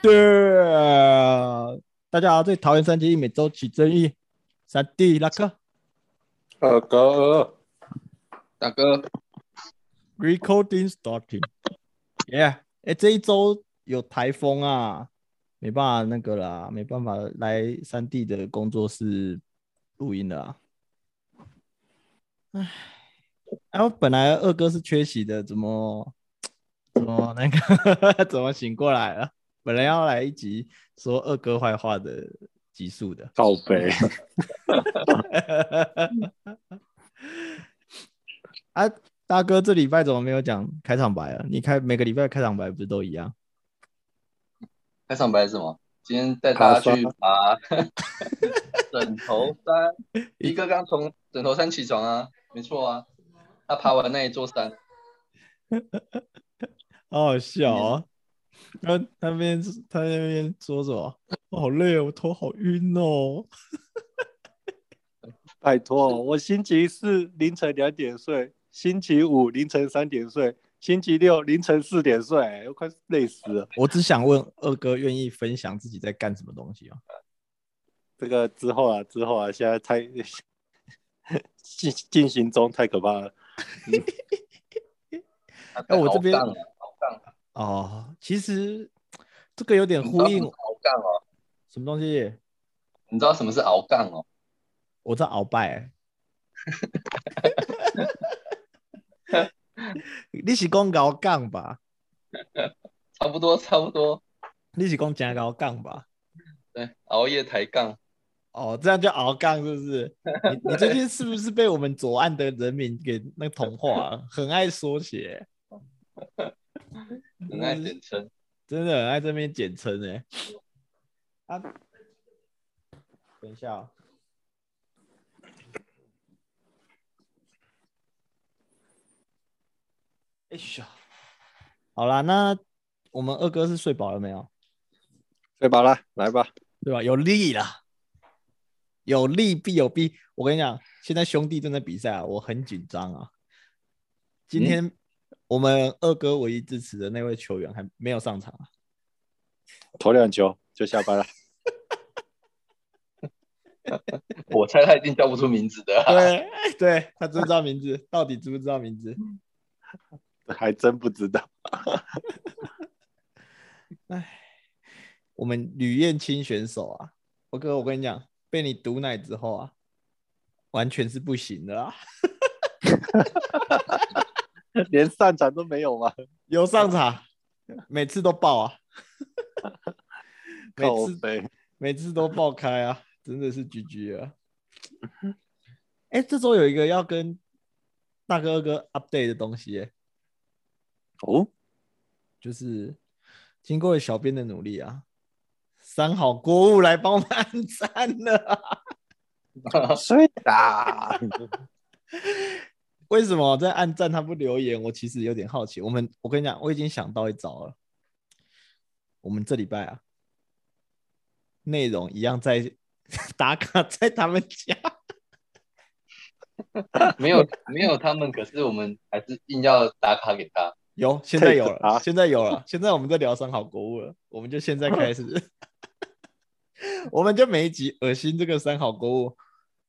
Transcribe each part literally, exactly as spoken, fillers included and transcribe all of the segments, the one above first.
的，大家好，这里桃园三结义每周起争议，三弟拉克二哥，大哥， ，recording starting，yeah， 哎，这一周有台风啊，没办法那个啦，没办法来三弟的工作室录音了啊。唉，哎，我本来二哥是缺席的，怎么怎么那个怎么醒过来了？本来要来一集说二哥坏话的集数的。 靠北。 啊，大哥，这礼拜怎么没有讲开场白啊？你开每个礼拜开场白不是都一样？ 开场白是什么？今天带大家爬山去爬枕头山。一哥刚从枕头山起床啊，没错啊，他爬完那一座山。 好好笑哦！他他那边他那边说什么？我好累哦，我头好晕哦。 拜托，我星期四凌晨两点睡，星期五凌晨三点睡，星期六凌晨四点睡，我快累死了。 我只想问二哥，愿意分享自己在干什么东西吗？ 这个之后啊，之后啊，现在太进进行中，太可怕了。 哎，我这边熬杠啊，熬杠哦，其实这个有点呼应熬杠哦。 什么东西？ 你知道什么是熬杠哦？ 我在鳌拜、欸，你是讲鳌杠吧？ 差不多，差不多。 你是讲真鳌杠吧？ 对，熬夜抬杠。 哦，这样叫鳌杠是不是？你你最近是不是被我们左岸的人民给那个同化了？很爱缩写， 很爱简称。 真的很爱这边简称哎。啊，等一下、哦，哎呀，好啦，那我们二哥是睡饱了没有？ 睡饱了，来吧。 对吧？有利啦，有利必有弊。我跟你讲，现在兄弟正在比赛啊，我很紧张啊。今天我们二哥唯一支持的那位球员还没有上场啊， 投两球就下班了。 我猜他一定叫不出名字的、啊。 对对，他知不知道名字？到底知不知道名字？ 还真不知道。 哎，我们吕彦青选手啊，我哥，我跟你讲，被你毒奶之后啊，完全是不行的啦。 连上场都没有吗？ 有上场，每次都爆啊，每次每次都爆开啊，真的是 G G 啊。哎、欸，这周有一个要跟大哥二哥 update 的东西、欸， 哦， 就是经过了小编的努力啊，三好国物来帮我们按赞了、 啊。睡的。 为什么在按赞他不留言？我其实有点好奇。我们，我跟你讲，我已经想到一招了。我们这礼拜啊，内容一样在打卡在他们家。 没有没有他们，可是我们还是硬要打卡给他。 有，现在有了，现在有了，现在我们在聊三好国物了，我们就现在开始，我们就每一集恶心这个三好国物，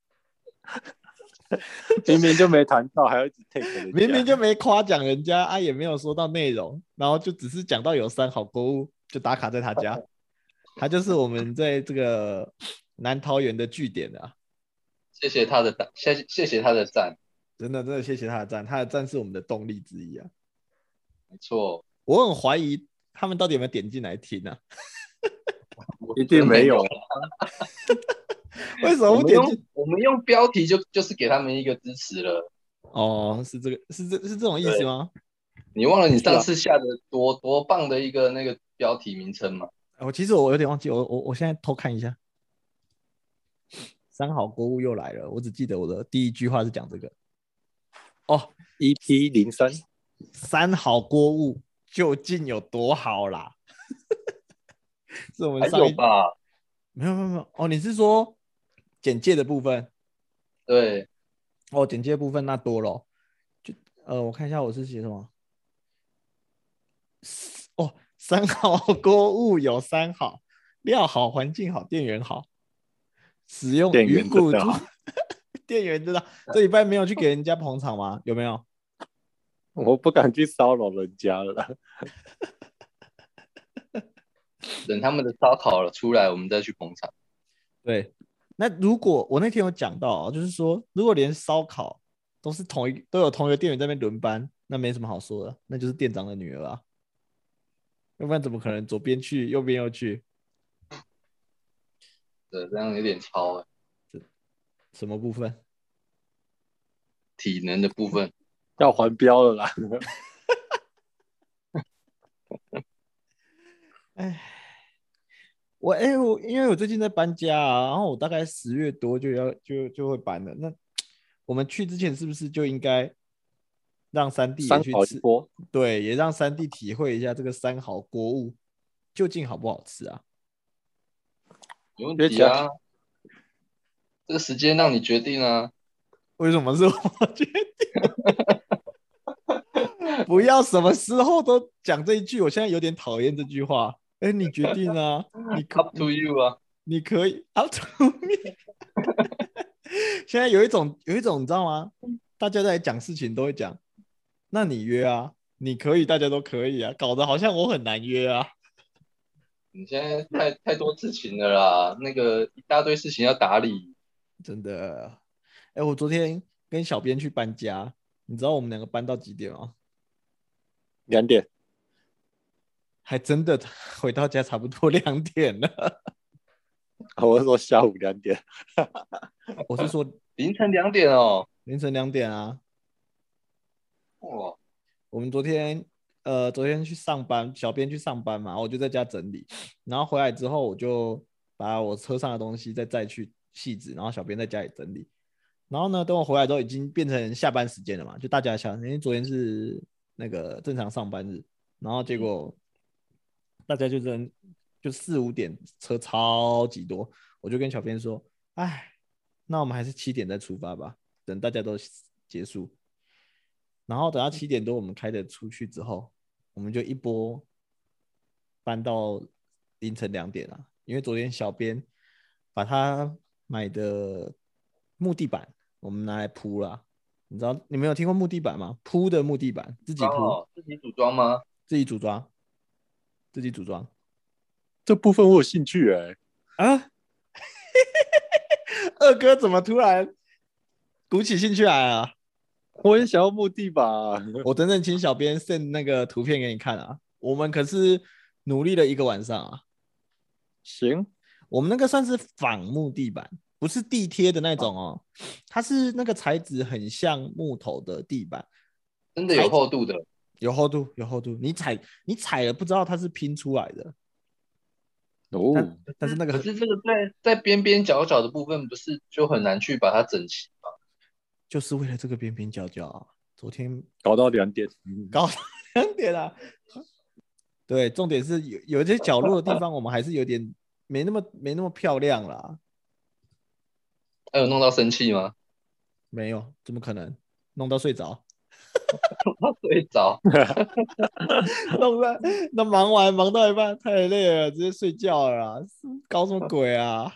明明就没谈到，还要一直 take 人家， 明明就没夸奖人家啊，也没有说到内容，然后就只是讲到有三好国物，就打卡在他家，他就是我们在这个南桃园的据点啊。 谢谢他的谢谢谢他的赞， 真的真的谢谢他的赞，他的赞是我们的动力之一啊。 没错， 我很怀疑他们到底有没有点进来听啊？ 一定没有。 为什么不点进？ 我们用标题就就是给他们一个支持了。 哦，是这个是这是这种意思吗？ 你忘了你上次下的多多棒的一个那个标题名称吗？ 我其实我有点忘记，我我我现在偷看一下。三好国物又来了，我只记得我的第一句话是讲这个。哦 ，E P 零三， 三好国物究竟有多好啦？是我们上一还有吧？ 没有没有没有哦，你是说简介的部分？ 对， 哦，简介的部分那多了，就呃，我看一下我是写什么。哦， 三好锅物有三好：料好、环境好、店员好。使用鱼骨猪，店员知道这礼拜没有去给人家捧场吗？有没有？ 我不敢去骚扰人家了。 等他们的烧烤了出来，我们再去捧场。 对，那如果我那天有讲到，就是说，如果连烧烤都是同一都有同一个店员在那边轮班，那没什么好说的，那就是店长的女儿啊。要不然怎么可能左边去右边又去？ 对，这样有点超哎。 什么部分？ 体能的部分要还标了啦。 哎，我哎、欸、我因为我最近在搬家啊，然后我大概十月多就要就就会搬了。那我们去之前是不是就应该让三弟也去吃？对，也让三弟体会一下这个三好锅物究竟好不好吃啊？ 没问题啊，这个时间让你决定啊。 为什么是我决定？不要什么时候都讲这一句，我现在有点讨厌这句话。哎、欸，你决定啊，你 up to you 啊， 你可以 up to me 。现在有一种有一种你知道吗？大家在讲事情都会讲，那你约啊，你可以，大家都可以啊，搞得好像我很难约啊。 你现在太太多事情了啦，那个一大堆事情要打理， 真的。哎、欸，我昨天跟小编去搬家，你知道我们两个搬到几点吗？ 两点。 还真的回到家差不多两点了。 我是说下午两点。 我是说凌晨两点哦。 凌晨两点啊。 哇， 我们昨天呃昨天去上班，小编去上班嘛，我就在家整理，然后回来之后我就把我车上的东西再载去汐止，然后小编在家里整理。然后呢，等我回来之后已经变成下班时间了嘛，就大家下，因为昨天是那个正常上班日，然后结果大家就真就四五点车超级多，我就跟小编说，哎，那我们还是七点再出发吧，等大家都结束。然后等到七点多我们开的出去之后，我们就一波搬到凌晨两点啊，因为昨天小编把他买的木地板我们拿来铺啦。你知道你们有听过木地板吗？铺的木地板自己铺、 哦，自己组装吗？ 自己组装，自己组装。 这部分我有兴趣哎、 欸。啊，二哥怎么突然鼓起兴趣来啊？ 我也想要木地板。 我等等请小编 send 那个图片给你看啊。我们可是努力了一个晚上啊。 行， 我们那个算是仿木地板，不是地贴的那种哦，它是那个材质很像木头的地板， 真的有厚度的， 有厚度，有厚度。你踩你踩了不知道它是拼出来的哦。 但, 但是那个可是这个在在边边角角的部分不是就很难去把它整齐吗？ 就是为了这个边边角角啊，昨天搞到两点， 搞到两点啊。对，重点是有有一些角落的地方，我们还是有点没那么没那么漂亮啦。 还有弄到生气吗？ 没有，怎么可能？弄到睡着。 弄到睡着。 弄到那忙完忙到一半太累了，直接睡觉了啦，搞什么鬼啊？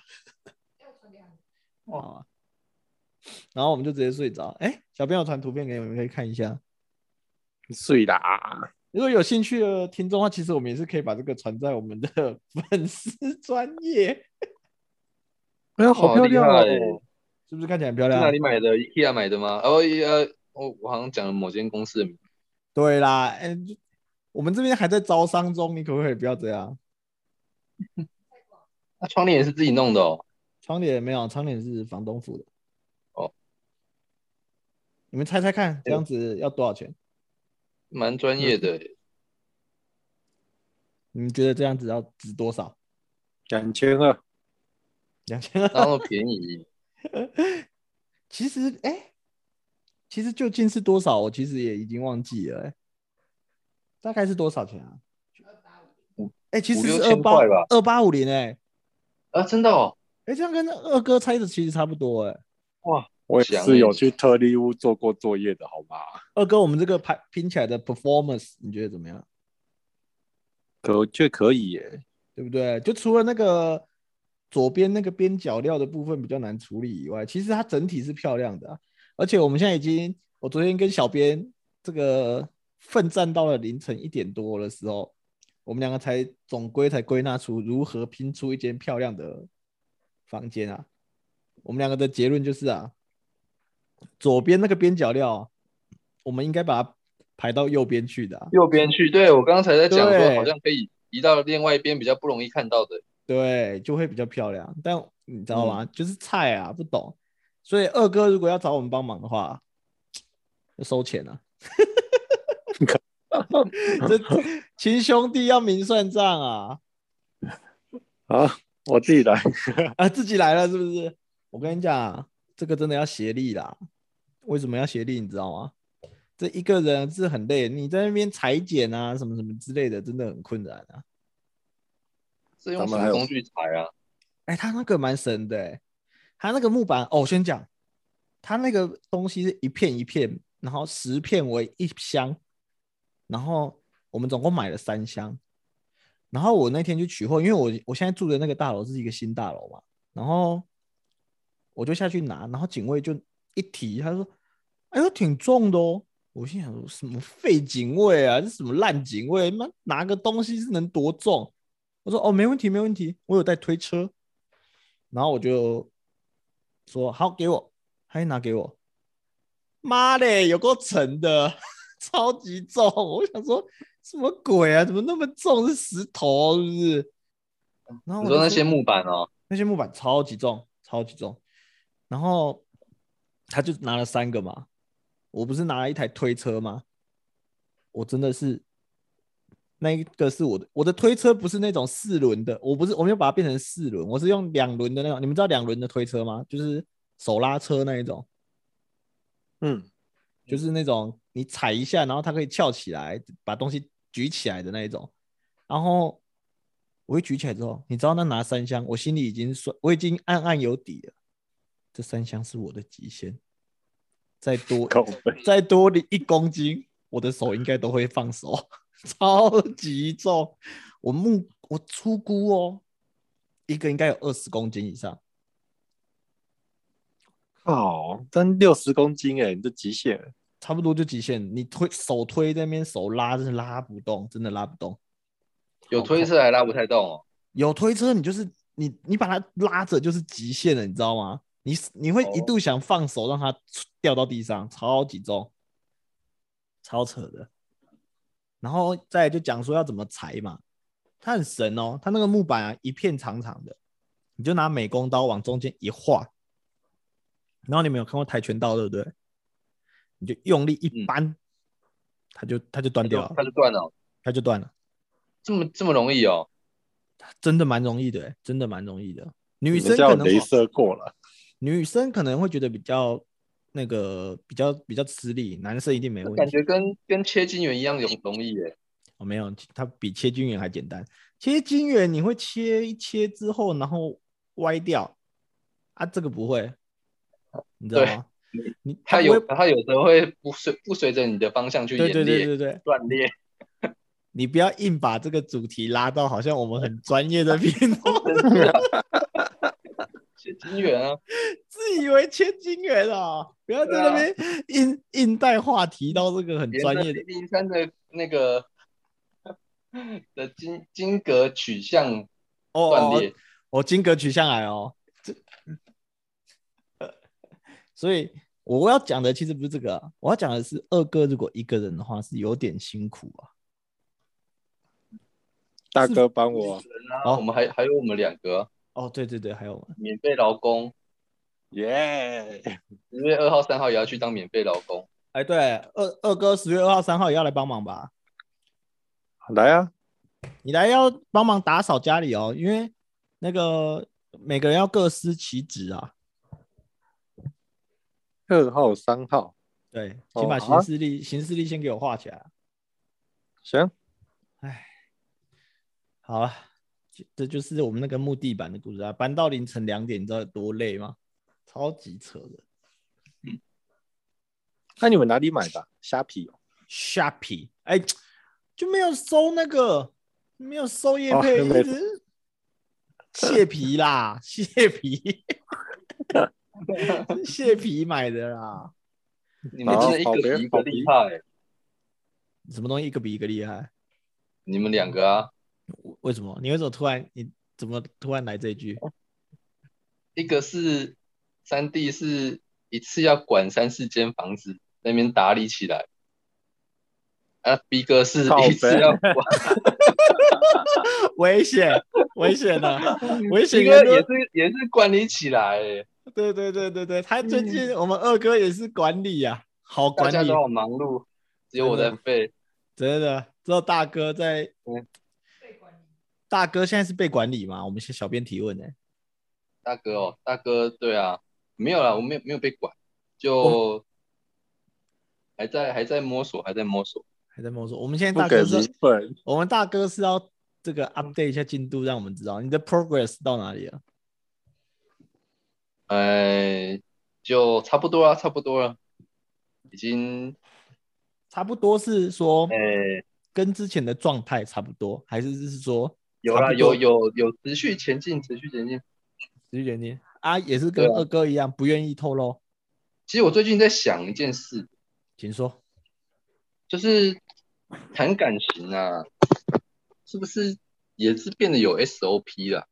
啊，然后我们就直接睡着。哎，小编有传图片给你们，可以看一下。 睡啦。 如果有兴趣的听众的话，其实我们也是可以把这个传在我们的粉丝专页。 哎呀，好漂亮哦！ 是不是看起来很漂亮？ 是哪里买的 ？IKEA 买的吗？哦，呃，我我好像讲了某间公司的名字。 对啦，哎，我们这边还在招商中，你可不可以不要这样？ 那窗帘也是自己弄的哦。 窗帘没有，窗帘是房东付的。 哦， 你们猜猜看，这样子要多少钱？ 蛮专业的。 你们觉得这样子要值多少？ 两千二。 两千二， 那么便宜。 其实，哎、欸，其实究竟是多少？我其实也已经忘记了、欸，大概是多少钱啊？哎、欸，其实是二八二八五零哎， 啊，真的哦。 哎、欸，这样跟二哥猜的其实差不多哎、欸。 哇， 我也是有去特力屋做过作业的，好吧？ 二哥，我们这个排拼起来的 performance， 你觉得怎么样？ 可我觉得可以耶， 对不对？就除了那个左边那个边角料的部分比较难处理以外，其实它整体是漂亮的、啊。而且我们现在已经，我昨天跟小编这个奋战到了凌晨一点多的时候，我们两个才总归才归纳出如何拼出一间漂亮的房间啊。我们两个的结论就是啊，左边那个边角料、啊，我们应该把它排到右边去的、啊。 右边去，对我刚才在讲说，好对像可以移到另外一边比较不容易看到的。 对，就会比较漂亮。但你知道吗？嗯、就是菜啊，不懂。所以二哥如果要找我们帮忙的话，就收钱啊。这亲兄弟要明算账啊！ 好，我自己来啊，自己来了是不是？我跟你讲，这个真的要协力啦。为什么要协力？你知道吗？这一个人是很累，你在那边裁剪啊，什么什么之类的，真的很困难啊。 是用什么工具裁啊？ 哎、欸，他那个蛮神的、欸，他那个木板哦，我先讲，他那个东西是一片一片，然后十片为一箱，然后我们总共买了三箱。然后我那天去取货，因为我我现在住的那个大楼是一个新大楼嘛，然后我就下去拿，然后警卫就一提，他说：“哎呦，挺重的哦。”我心想说：“什么废警卫啊，这什么烂警卫？妈拿个东西是能多重？”我说：“哦，没问题，没问题，我有带推车。”然后我就说：“好，给我。”他一拿给我，妈嘞，有够沉的，超级重。我想说。什么鬼啊？怎么那么重？是石头是不是？然后我就说你说那些木板哦， 那些木板超级重，超级重。然后他就拿了三个嘛，我不是拿了一台推车吗？我真的是那一个是我的，我的推车不是那种四轮的，我不是我没有把它变成四轮，我是用两轮的那种。你们知道两轮的推车吗？就是手拉车那一种。 嗯， 就是那种你踩一下，然后它可以翘起来，把东西举起来的那一种。然后我一举起来之后，你知道那拿三箱，我心里已经算，我已经暗暗有底了，这三箱是我的极限，再多再多一公斤，我的手应该都会放手，超级重。我目我粗估哦，一个应该有二十公斤以上。 哦，真六十公斤哎，你这极限了。 差不多就极限，你推手推在那边手拉，真的拉不动，真的拉不动。 有推车还拉不太动哦。 有推车，你就是你你把它拉着就是极限了，你知道吗？你你会一度想放手让它掉到地上，超级重，超扯的。然后再来就讲说要怎么裁嘛，它很神哦，它那个木板啊一片长长的，你就拿美工刀往中间一划，然后你们有看过跆拳道对不对？你就用力一扳，嗯、它就它就断掉了， 它就断了， 它就断了。 这么这么容易哦？ 真的蛮容易的、欸，真的蛮容易的。女生可能雷射过了， 女生可能会觉得比较那个比较比较吃力，男生一定没问题。 感觉跟跟切金元一样容易耶。 哦，没有，它比切金元还简单。切金元你会切一切之后，然后歪掉啊，这个不会，你知道吗？ 你它有它有时候会不随不随着你的方向去演裂，对对对对对， 断裂。 你不要硬把这个主题拉到好像我们很专业的频道。 切金元啊， 自以为切金元啊，不要在那边硬硬带话题到这个很专业的。 零零三的那个的金金格取向断裂， 哦，金格取向癌哦。所以我要讲的其实不是这个、啊，我要讲的是二哥如果一个人的话是有点辛苦啊。 大哥帮我， 啊，我们还还有我们两个。 哦，对对对，还有免费劳工， 耶！ 十月二号、三号也要去当免费劳工。 哎，对，二二哥十月二号、三号也要来帮忙吧？ 来啊！ 你来要帮忙打扫家里哦，因为那个每个人要各司其职啊。 二号、三号， 对，请把行事历、哦啊、行事历先给我画起来。 行。 哎，好了。这就是我们那个木地板的故事啊！搬到凌晨两点，你知道有多累吗？超级扯的。 嗯，那你们哪里买的？虾皮哦， 虾皮，哎，就没有收那个没有收业配，一直蟹皮啦，蟹皮，蟹皮买的啦。 你们真的一个比一个厉害、欸。 什么东西一个比一个厉害？ 你们两个啊？ 为什么？你为什么突然？你怎么突然来这一句？ 一个是三弟是一次要管三四间房子，在那边打理起来。啊 ，B 哥是一次要管， 危险，危险的，危险。 B 哥也是也是管理起来、欸。 对对对对对，他最近我们二哥也是管理啊，好管理， 大家都好忙碌，只有我在废。 真的，只有大哥在。 嗯、 大哥现在是被管理吗？我们先小编提问呢、欸。 大哥哦，大哥，对啊，没有啦，我没有没有被管，就还在还在摸索，还在摸索， 还在摸索。我们现在大哥是，我们大哥是要这个 update 一下进度，让我们知道你的 progress 到哪里了。 呃，就差不多了，差不多了，已经差不多是说， 呃， 跟之前的状态差不多，还是是说有啦，有有有持续前进，持续前进， 持续前进啊，也是跟二哥一样，不愿意透露。 其实我最近在想一件事， 请说， 就是谈感情啊，是不是也是变得有 S O P 了？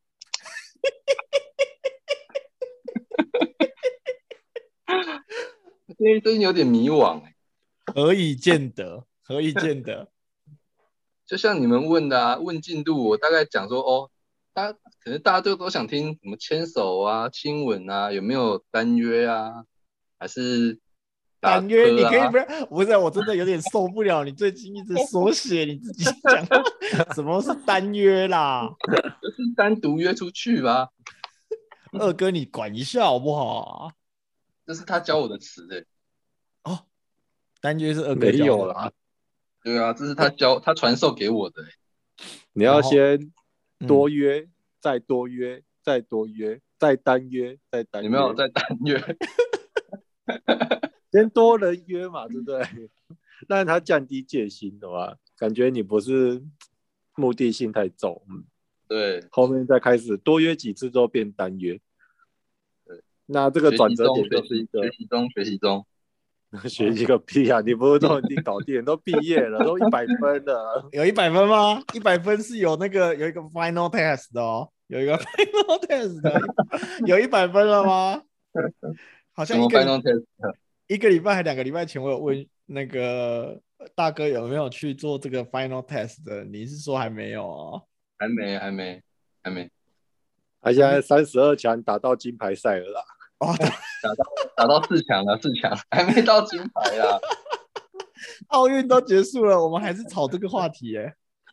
因为最近有点迷惘、欸， 何以见得？何以见得？ 就像你们问的啊，问进度，我大概讲说哦，大家可能大家都都想听什么牵手啊、亲吻啊，有没有单约啊，还是打单约？ 啊、 你可以不是？不是，我真的有点受不了你最近一直缩写，你自己讲什么是单约啦？ 就是单独约出去吧。 二哥，你管一下好不好啊？ 这是他教我的词哎、 欸。哦，单约是二哥教的。 没有啦。 对啊，这是他教他传授给我的、欸。 你要先多约，嗯、再多约，再多约，再单约，再单约。 有没有再单约？ 先多人约嘛，对不对？让他降低戒心的话，感觉你不是目的性太重。嗯， 对。 后面再开始多约几次之后变单约。 对。 那这个转折点就是一个学习中，学习中。 学习个屁啊！你不是都已经搞定，都毕业了，都一百分了。 有一百分吗？一百分是有那个有一个 final test 的哦，有一个 final test 的，有一百分了吗？好像一个 final test 一个礼拜还两个礼拜前，我有问那个大哥有没有去做这个 final test 的，你是说还没有哦？ 还没，还没，还没。 他现在三十二强打到金牌赛了啦。 哦， 打到打到四强了，四强还没到金牌啦。 奥运都结束了，我们还是吵这个话题耶、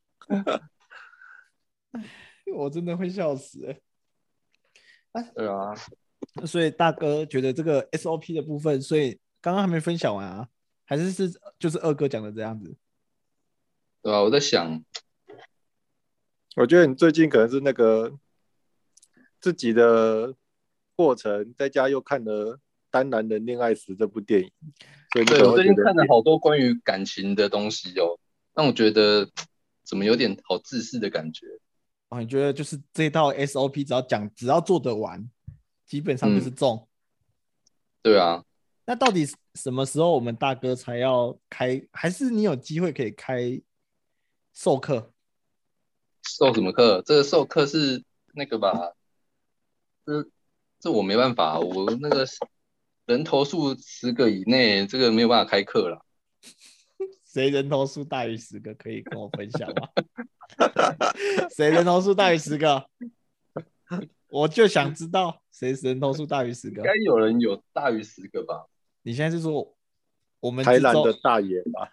欸，我真的会笑死哎、 欸。对啊， 所以大哥觉得这个 S O P 的部分，所以刚刚还没分享完啊，还是是就是二哥讲的这样子， 对啊，我在想， 我觉得你最近可能是那个自己的过程，在家又看了《单男人恋爱时》这部电影，所以对我最近看了好多关于感情的东西哦，让我觉得怎么有点好自私的感觉。 哦，你觉得就是这套 S O P 只要讲，只要做得完，基本上就是中。嗯、 对啊。 那到底什么时候我们大哥才要开？还是你有机会可以开授课？ 授什么课？这个授课是那个吧？这这我没办法，我那个人头数十个以内，这个没有办法开课了。 谁人头数大于十个可以跟我分享吗？谁人头数大于十个？我就想知道谁人头数大于十个。 应该有人有大于十个吧？ 你现在是说我们台南的大爷吧？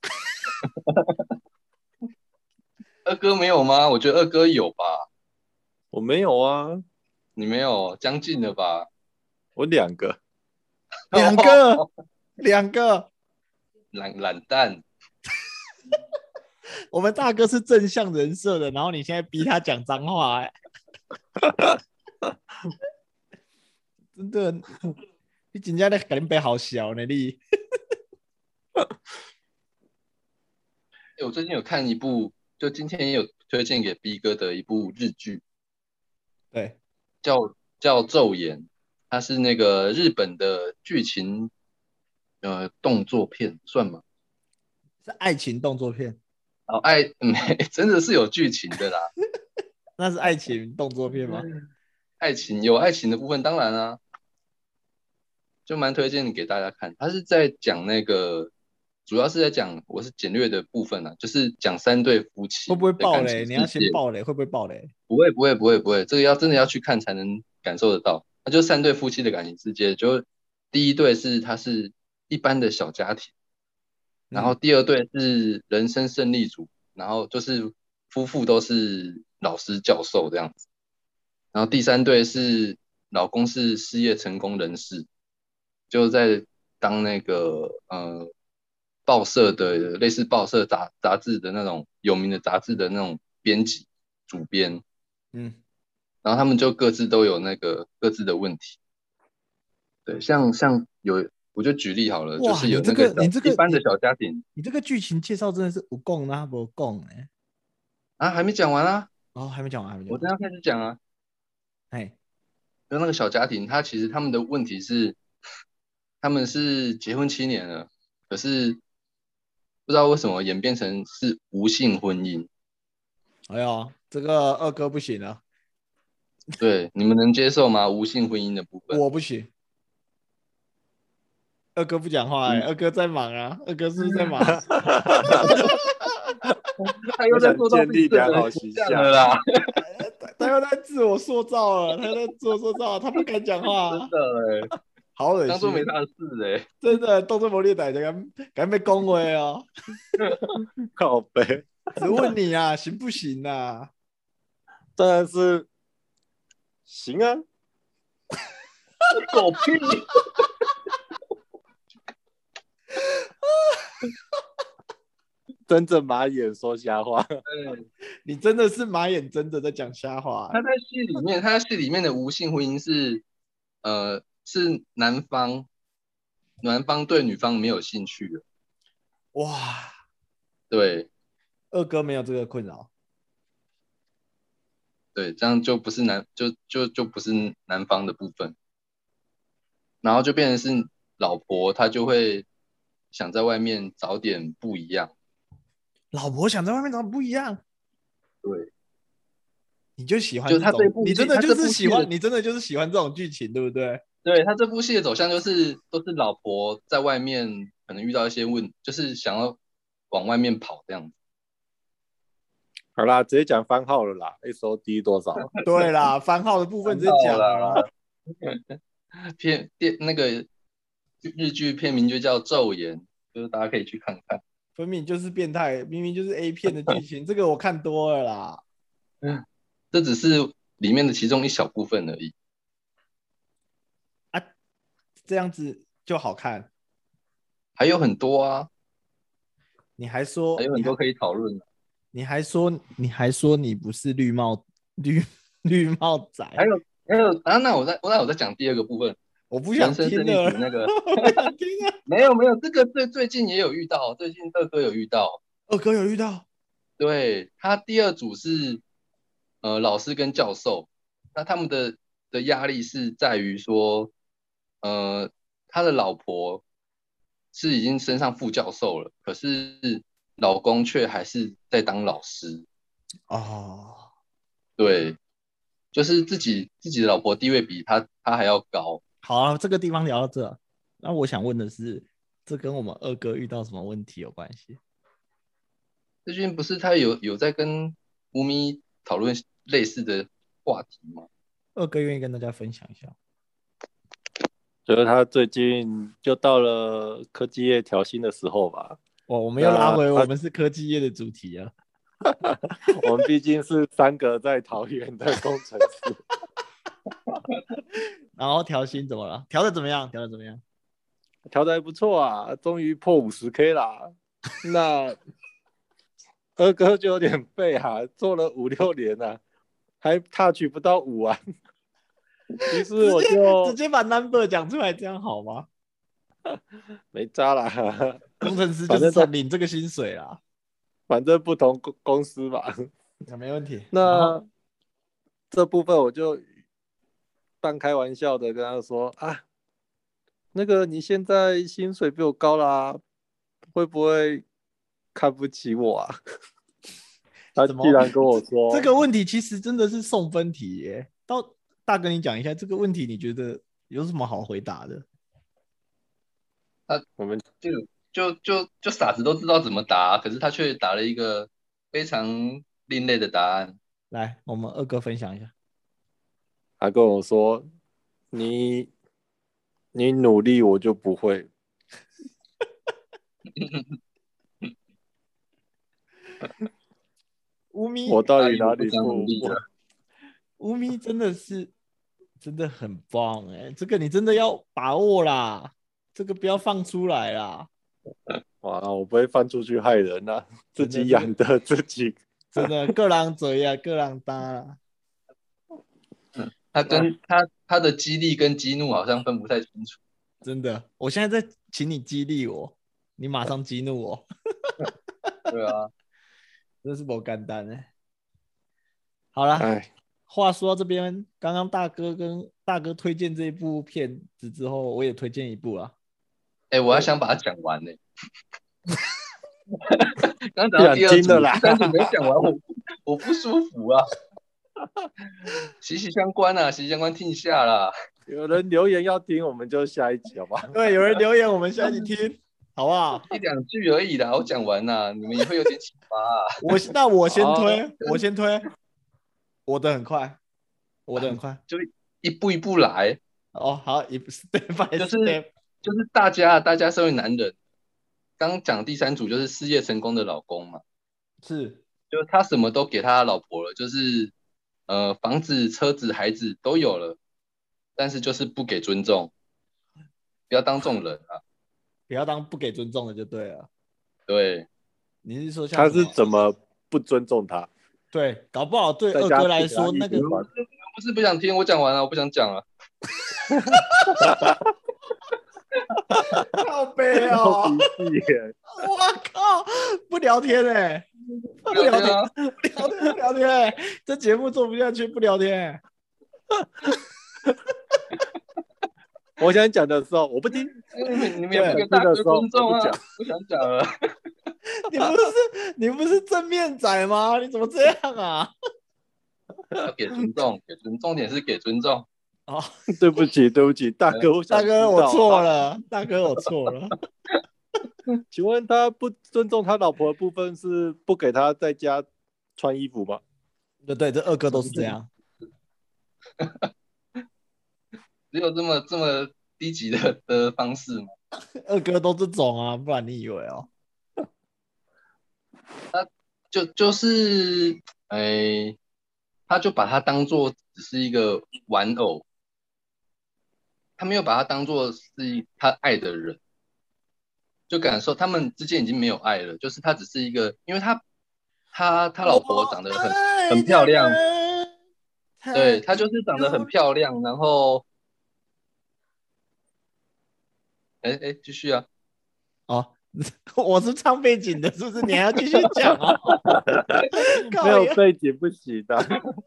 二哥没有吗？我觉得二哥有吧。 我没有啊。 你没有，将近了吧？ 我两个， 两个，两个， 懒懒蛋。 我们大哥是正向人设的，然后你现在逼他讲脏话、欸，真的，你真的在给你背好小呢，你。 欸、我最近有看一部，就今天也有推荐给 B 哥的一部日剧， 对， 叫叫《昼颜》，它是那个日本的剧情呃动作片，算吗？ 是爱情动作片。 哦，爱没真的是有剧情的啦。 那是爱情动作片吗？ 爱情有爱情的部分，当然啊，就蛮推荐给大家看。他是在讲那个，主要是在讲，我是简略的部分啊，就是讲三对夫妻会不会的感情世界。 爆雷？你要先爆雷，会不会爆雷？ 不会，不会，不会，不会，这个要真的要去看才能感受得到。那就三对夫妻的感情世界，就第一对是他是一般的小家庭，然后第二对是人生胜利组，然后就是夫妇都是老师教授这样子，然后第三对是老公是事业成功人士，就在当那个呃报社的类似报社杂杂志的那种有名的杂志的那种编辑主编， 嗯， 然后他们就各自都有那个各自的问题，对，像像有我就举例好了，就是有那个你这个一般的小家庭， 你这个剧情介绍真的是有讲啊不讲哎啊，还没讲完啊， 哦，还没讲完，还没讲完， 我等下开始讲啊， 哎， 就那个小家庭，他其实他们的问题是，他们是结婚七年了，可是不知道为什么演变成是无性婚姻。 哎呦，这个二哥不行了， 对，你们能接受吗？无性婚姻的部分， 我不行。二哥不讲话哎、欸， 嗯、 二哥在忙啊，二哥是不是在忙？ 他又在做到自己的良好形象了啦， 他又在自我塑造了，他又在自我塑造，他不敢讲话、啊， 真的哎、欸， 好恶心， 当做没他的事哎、欸， 真的动作魔力仔就敢敢被恭维哦， 靠北， 只问你啊，行不行啊？ 当然是行啊， 狗屁！ 睁着马眼说瞎话， 你真的是马眼真的在讲瞎话、欸。 他在戏里面，他在戏里面的无性婚姻是，呃，是男方男方对女方没有兴趣的。 哇， 对， 二哥没有这个困扰。 对，这样就不是男就就就不是男方的部分，然后就变成是老婆，她就会想在外面找点不一样。 老婆想在外面找不一样， 对， 你就喜欢就这种， 他这部你真的就是喜欢， 的你真的就是喜欢这种剧情，对不对？ 对，他这部戏的走向就是都是老婆在外面可能遇到一些问，就是想要往外面跑这样子。 好啦，直接讲番号了啦 ，S O D 多少？ 对啦，番号的部分直接讲了啦。 片电那个日剧片名就叫《昼颜》，就是大家可以去看看。 分明就是变态，明明就是 A 片的剧情，这个我看多了啦。 嗯，这只是里面的其中一小部分而已。 啊，这样子就好看。 还有很多啊， 你还说还有很多可以讨论。 你还说你还说你不是绿帽绿绿帽仔。 还有还有啊，那我再那我再讲第二个部分。 我不想听了， 那个我不想听了。 没有没有，这个最最近也有遇到，最近二哥有遇到。 二哥有遇到？ 对，他第二组是呃老师跟教授，那他们的的压力是在于说，呃他的老婆是已经升上副教授了，可是老公却还是在当老师。 哦， 对，就是自己自己的老婆地位比他他还要高。 好啊，这个地方聊到这。那我想问的是，这跟我们二哥遇到什么问题有关系？ 最近不是他有有在跟乌咪讨论类似的话题吗？ 二哥愿意跟大家分享一下。 就是他最近就到了科技业调薪的时候吧。 哇，我们又拉回我们是科技业的主题啊。 我们毕竟是三个在桃园的工程师。 然后调薪怎么了？调的怎么样？调的怎么样？ 调的还不错啊，终于破五十 K 啦。那二哥就有点废啊，做了五六年啊，还 touch 不到五啊。于是我就直接把 number 讲出来，这样好吗？ 没渣啦， 工程师就是领这个薪水啦。 反正不同公司嘛。 那没问题。 那这部分我就半开玩笑的跟他说啊，那个你现在薪水比我高啦，会不会看不起我啊？他居然跟我说这个问题其实真的是送分题耶。到大哥你讲一下这个问题，你觉得有什么好回答的？ 他我们就就就就傻子都知道怎么答，可是他却答了一个非常另类的答案。 来，我们二哥分享一下。 他跟我说，你你努力我就不会。 乌咪， 我到底哪里不不？ 乌咪真的是真的很棒哎、欸，这个你真的要把握啦，这个不要放出来啦。 哇，我不会放出去害人啊，自己养的自己。 真的，各人嘴啊，各人搭啦。 他跟他他的激励跟激怒好像分不太清楚。 真的，我现在在请你激励我，你马上激怒我。 对啊， 真是不简单哎。好啦， 哎， 话说到这边，刚刚大哥跟大哥推荐这一部片子之后，我也推荐一部啊。 哎、欸，我还想把它讲完呢、欸。刚讲到第二组，第三组没讲完，我我不舒服啊。息息相关啊，息息相关，听一下啦。 有人留言要听，我们就下一集好不好？ 对，有人留言，我们下一集听，好不好？ 一两句而已啦，我讲完啦，你们也会有点启发啊。 我那我先推，哦、我先推，我的很快，我的很快， 就一步一步来。 哦，好，一 step by step， 就是就是大家大家身为男人，刚讲第三组就是事业成功的老公嘛， 是， 就他什么都给他老婆了，就是呃房子、车子、孩子都有了，但是就是不给尊重，不要当这种人啊， 不要当不给尊重的就对了。 对， 你是说像他是怎么不尊重他？ 对，搞不好对二哥来说，那个不是不想听，我讲完了，我不想讲了。 靠北哦！我靠，不聊天哎、欸，不聊天，啊、不聊天，不聊天、欸，这节目做不下去，不聊天、欸。 我想讲的时候，我不听。 你们你们也不给大哥尊重啊！不想讲了。 你不是你不是正面仔吗？你怎么这样啊？ 要给尊重，给尊重点是给尊重。 哦，对不起，对不起，大哥，我大哥我错了，大哥我错了。 请问他不尊重他老婆的部分是不给他在家穿衣服吗？ 对对，这二哥都是这样。 只有这么这么低级的的方式吗？ 二哥都这种啊，不然你以为哦？ 他就就是哎，他就把他当做只是一个玩偶。他没有把他当作是他爱的人，就感受他们之间已经没有爱了，就是他只是一个，因为他他他老婆长得很很漂亮，对，他就是长得很漂亮，然后，哎哎，继续啊， 哦，我是唱背景的，是不是？你还要继续讲啊？ 没有背景不行的。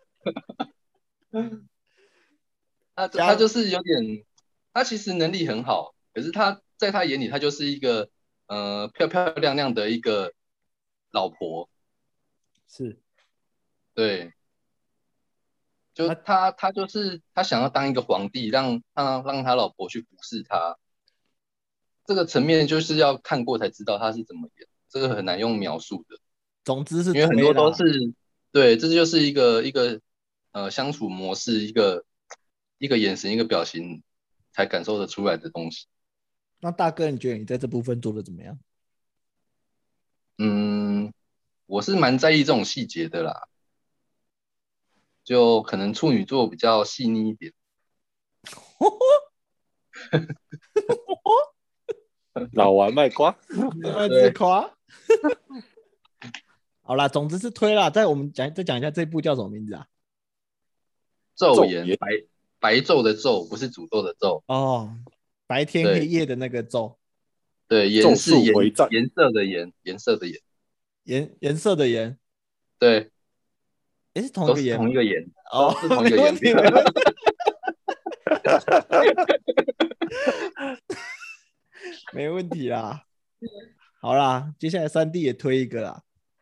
他他就是有点。他其实能力很好，可是他在他眼里，他就是一个呃漂漂亮亮的一个老婆， 是， 对，就他他就是他想要当一个皇帝，让让让他老婆去服侍他，这个层面就是要看过才知道他是怎么演，这个很难用描述的。 总之是因为很多都是对，这就是一个一个呃相处模式，一个一个眼神，一个表情。才感受得出来的东西。 那大哥，你觉得你在这部分做的怎么样？ 嗯，我是蛮在意这种细节的啦，就可能处女座比较细腻一点。 老王卖瓜， 卖自夸。好啦，总之是推啦。再我们讲再讲一下这部叫什么名字啊？ 昼颜白。白昼的昼不是诅咒的咒哦，白天黑夜的那个昼， 对，颜是颜颜色的颜，颜色的颜， 颜颜色的颜， 对， 哎，是同一都是个岩吗？ 同一个岩， 哦， 都是同一个岩。 没问题，没问题。没问题啦。好啦，接下来三 D 也推一个啦，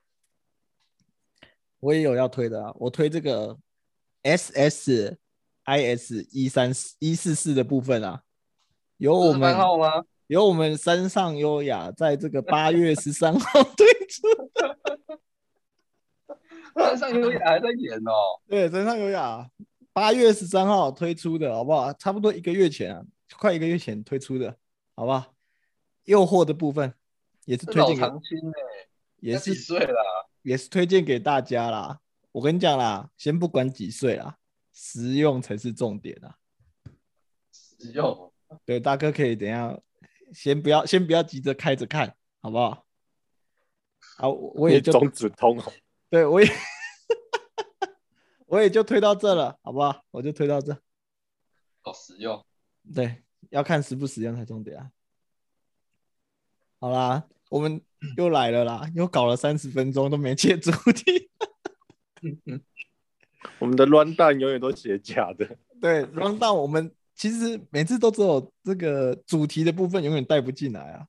我也有要推的啊，我推这个 S S I S 一三一四四的部分啊，由我这是番们号吗？ 由我们山上优雅在这个八月十三号推出。 山上优雅还在演哦。 对，山上优雅八月十三号推出的，好不好？差不多一个月前啊，快一个月前推出的，好不好？诱惑的部分也是这老推荐给， 长青哎， 也是那几岁了？ 也是推荐给大家啦。我跟你讲啦，先不管几岁啦，实用才是重点啊。 实用。 对，大哥可以等一下，先不要先不要急着开着看，好不好？好，我也就中指通哦。 对我也我也就推到这了，好不好？我就推到这。 好实用。 对，要看实不实用才重点啊。好啦，我们又来了啦，又搞了三十分钟都没切主题。 我们的乱弹永远都写假的。 对 ，run down 我们其实每次都只有这个主题的部分永远带不进来啊。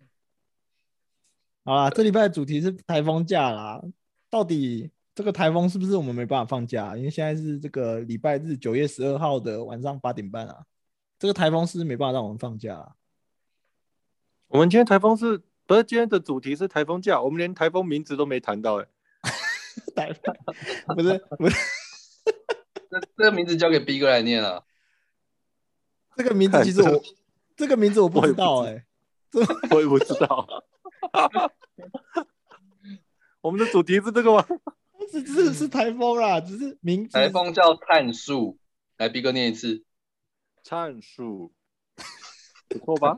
好啦，这礼拜的主题是台风假啦，到底这个台风是不是我们没办法放假？因为现在是这个礼拜日九月十二号的晚上八点半啊，这个台风是没办法让我们放假啊。 我们今天台风是不是今天的主题是台风假？我们连台风名字都没谈到哎、 欸。台风不是不是， 这这个名字交给 B 哥来念啊。 这个名字其实我这个名字我不知道哎、欸， 我也不知道。我们的主题是这个吗？ 是是是台风啦，只是名字。 台风叫灿树，来 B 哥念一次。 灿树，不错吧？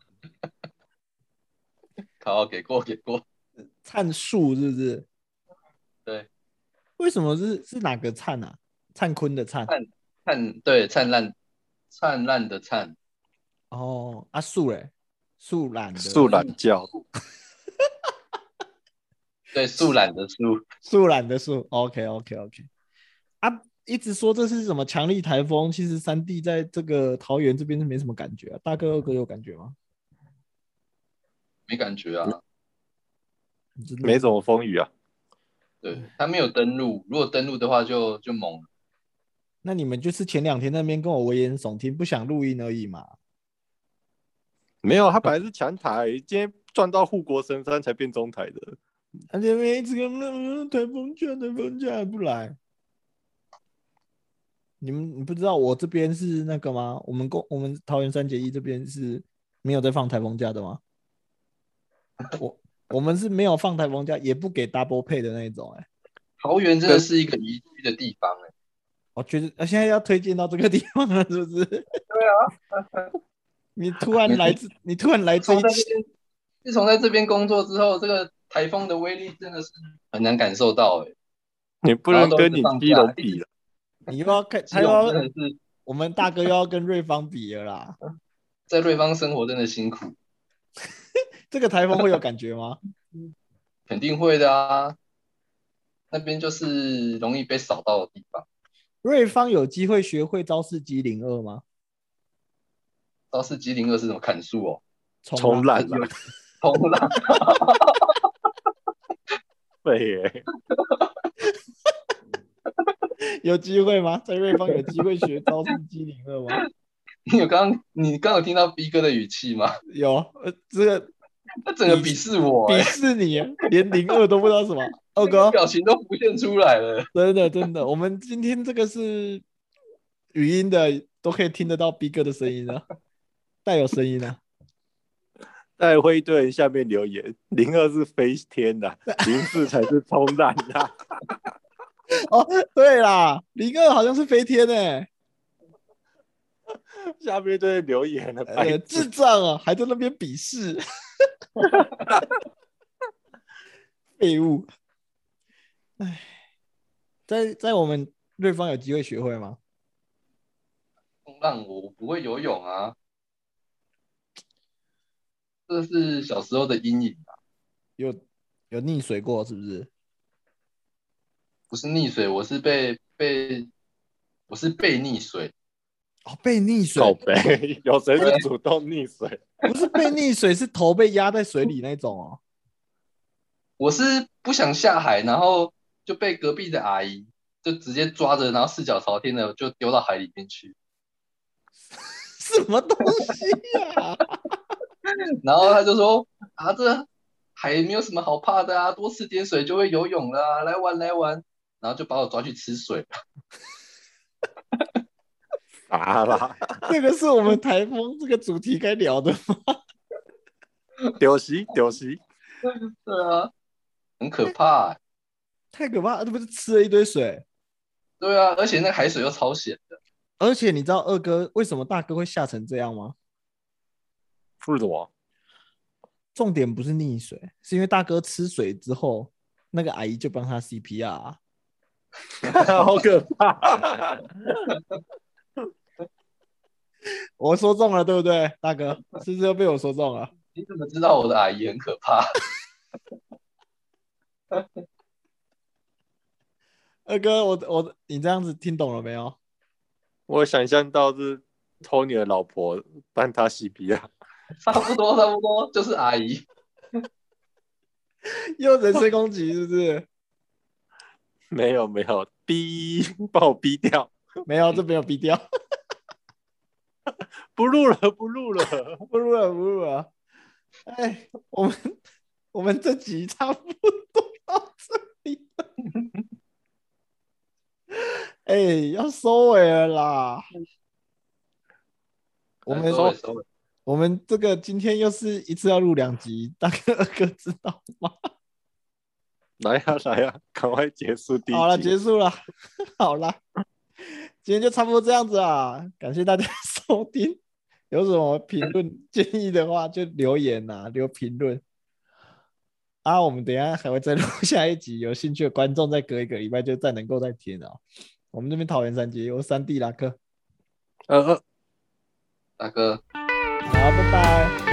好，给过给过。 灿树是不是？ 对。 为什么是是哪个灿啊？灿坤的灿。 灿灿对灿烂灿烂的灿。 哦，啊树嘞，树懒的树懒觉。 对，树懒的树。 树懒的树。OK OK OK。啊，一直说这是什么强力台风，其实三弟在这个桃园这边是没什么感觉啊。大哥二哥有感觉吗？ 没感觉啊。 没什么风雨啊。 对，他没有登陆，如果登陆的话就就猛了。 那你们就是前两天那边跟我危言耸听，不想录音而已嘛？ 没有，他本来是强台，今天撞到护国神山才变中台的。 他这边一直跟台风假，台风假不来。你们你不知道我这边是那个吗？我们公我们桃园三结义这边是没有在放台风假的吗？我我们是没有放台风假，也不给 double pay 的那一种、欸。哎， 桃园真的是一个宜居的地方哎、欸。 我觉得现在要推荐到这个地方了，是不是？对啊。 你突然来自你突然来这一期， 自从在这边工作之后，这个台风的威力真的是很难感受到哎、欸。 你不能跟你基隆比了。 你又要看，他又要，我们大哥又要跟瑞芳比了啦。 在瑞芳生活真的辛苦。 这个台风会有感觉吗？ 肯定会的啊，那边就是容易被扫到的地方。 瑞芳有机会学会招式机零二吗？ 招式机零二是什么？砍树哦， 冲浪啦， 冲浪。 对耶。 有机会吗？在瑞芳有机会学招式机零二吗？ 你有刚你刚有听到 B 哥的语气吗？ 有，呃，这个他整个鄙视我、 欸，鄙视你，连零二都不知道什么。二哥表情都浮现出来了。 真的真的，我们今天这个是语音的，都可以听得到 B 哥的声音啊，带有声音啊。 在会对人下面留言，零二是飞天的，零四才是冲浪的。 哦，对啦，零二好像是飞天诶、欸。 下面对留言了， 呃，智障啊，还在那边鄙视，废物。哎，在在我们瑞芳有机会学会吗？ 冲浪我不会游泳啊，这是小时候的阴影啊。 有有溺水过是不是？ 不是溺水，我是被被我是被溺水。 哦，被溺水。 靠北，有谁是主动溺水？ 不是被溺水，是头被压在水里那种哦。 我是不想下海，然后就被隔壁的阿姨就直接抓着，然后四脚朝天的就丢到海里面去。 什么东西呀、啊？ 然后他就说啊，这海没有什么好怕的啊，多吃点水就会游泳了、啊，来玩来玩。然后就把我抓去吃水。 啊啦， 这个是我们台风这个主题该聊的吗？ 丢席丢席。 对啊，很可怕、欸。 太可怕了，这不是吃了一堆水？ 对啊，而且那海水又超咸的。 而且你知道二哥为什么大哥会吓成这样吗？ 为什么？ 重点不是溺水，是因为大哥吃水之后，那个阿姨就帮他 C P R、啊。 好可怕！ 我说中了，对不对，大哥？是不是又被我说中了？ 你怎么知道我的阿姨很可怕？ 二哥，我我你这样子听懂了没有？ 我想象到是偷你的老婆帮他 C P R。 差不多差不多，就是阿姨。 又人身攻击是不是？ 没有没有，逼把我逼掉。 没有，这没有逼掉。 不录了不录了不录了不录了。哎，我们我们这集差不多到这里了。哎，要收尾了啦。我们收尾收尾。 我们这个今天又是一次要录两集，大哥二哥知道吗？ 来呀、啊、来呀、啊，赶快结束第一集。 好了，结束了。好了，今天就差不多这样子啊，感谢大家收听。有什么评论建议的话，就留言啊，留评论啊。我们等一下还会再录下一集，有兴趣的观众再隔一个礼拜就再能够再听啊。我们这边桃园三节有三 D 拉克， 呃呃， 大哥。 好，拜拜。